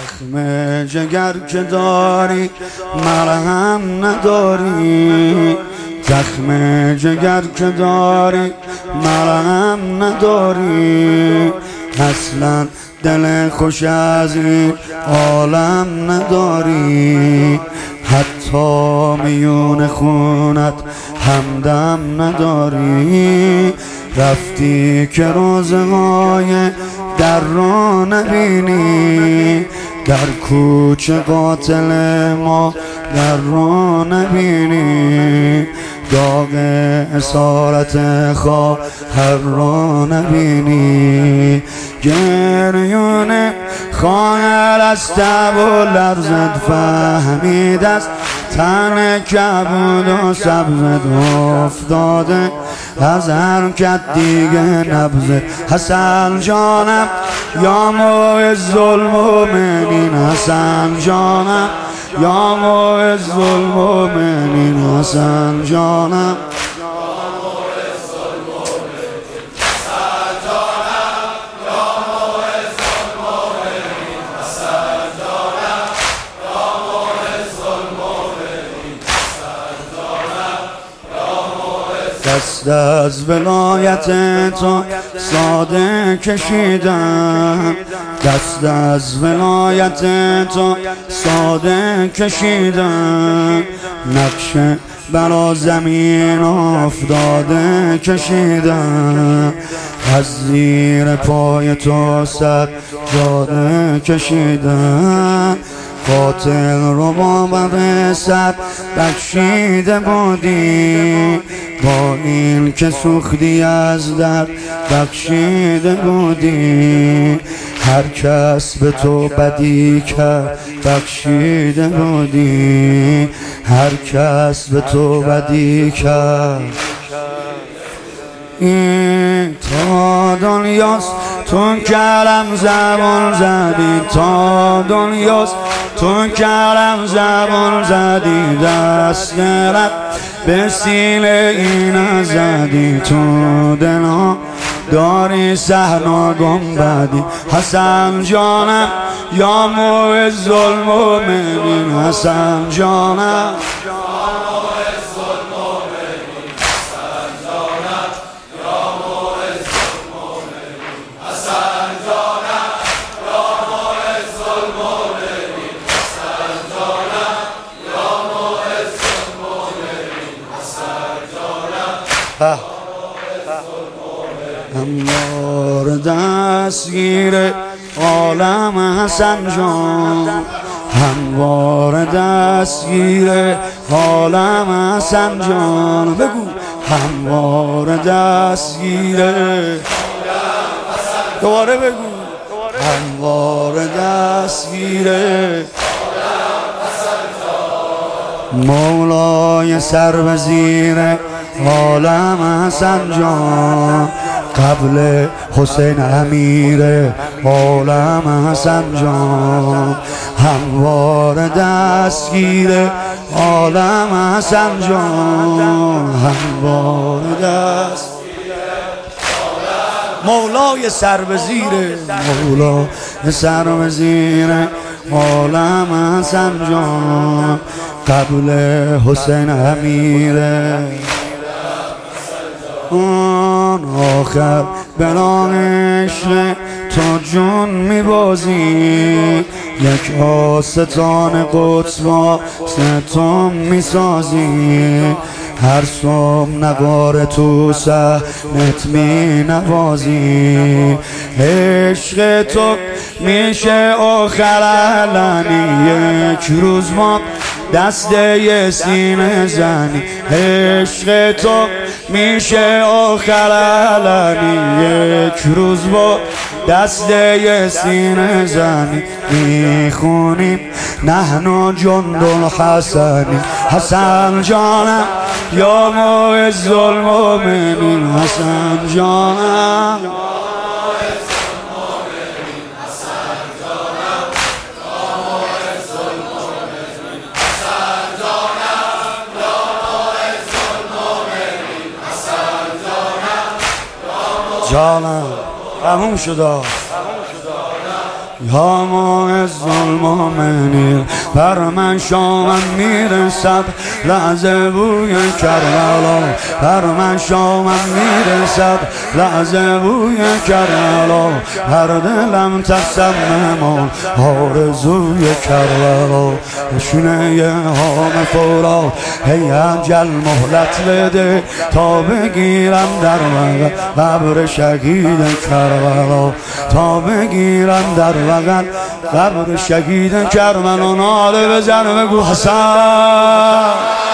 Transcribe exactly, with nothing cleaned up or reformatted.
زخم جگر که داری مرهم نداری، زخم جگر که داری مرهم نداری، اصلا دل خوش از این عالم نداری، حتی میون خونت همدم نداری، رفتی که روزهای در رو نبینی، در کوچه قاتل ما در رو نبینی، داغ اسارت خواهر رو نبینی، گریون خواهر از تب و لرزت فهمید از تن کبود و سبزت افتاده از حرکت دیگه نبزه. حسن جانم یا معز المؤمنین، حسن جانم یا معز المؤمنین، حسن جانم دست از ولایت تو ساده کشیدم، دست از ولایت تو ساده کشیدم، نقش برا زمین افتاده کشیدم، از زیر پای تو سجاده کشیدم، قاتل رو با بغضت بخشیده بودی، با این که سوختی از درد بخشیده بودی، هر کس به تو بدی کرد بخشیده بودی، هر کس به تو بدی کرد. این تا دنیاست تو کرم زبان زدی، تا دنیاست تو کرم زبان زدی، دست رد به سینه این زدی، تو دلها داری صحنا گنبدی. حسن جانم یا معز المؤمنین، حسن جانم هموار دستگیر عالم حسن جان، هموار دستگیر عالم حسن جان، بگو هموار دستگیر، دوباره بگو هموار دستگیر مولای سربزیر عالم حسن جان، قبل حسین امیر عالم حسن جان، هموار دستگیر عالم حسن جان، هموار دست مولای سربزیر، مولای سربزیر عالم حسن جان، قبل حسین امیر اون آخر بلان عشق تو جون میبازی، یک آستان قدس با ستم میسازی، هر صبح نوار تو صحنت می نوازی، عشق تو میشه آخر علنی، یک روز ما دسته سینه زنی، عشق تو میشه آخر علنی، یک روز با دسته سینه زنی، میخونیم نحن جند الحسنی. حسن جانم یا معز المؤمنین، حسن جانم جانم تموم شد. یا ماه ظلم منیر بر من شامم میرسد لحظه بوی کربلا بر من شامم میرسد لحظه بوی کربلا هر دلم تصمم آرزوی کربلا شونه هام فورا هی اجل مهلت بده تا بگیرم در بغل قبر شهید کربلا تا بگیرم در بغل قبر شهید کربلا ناله بزن بگو حسن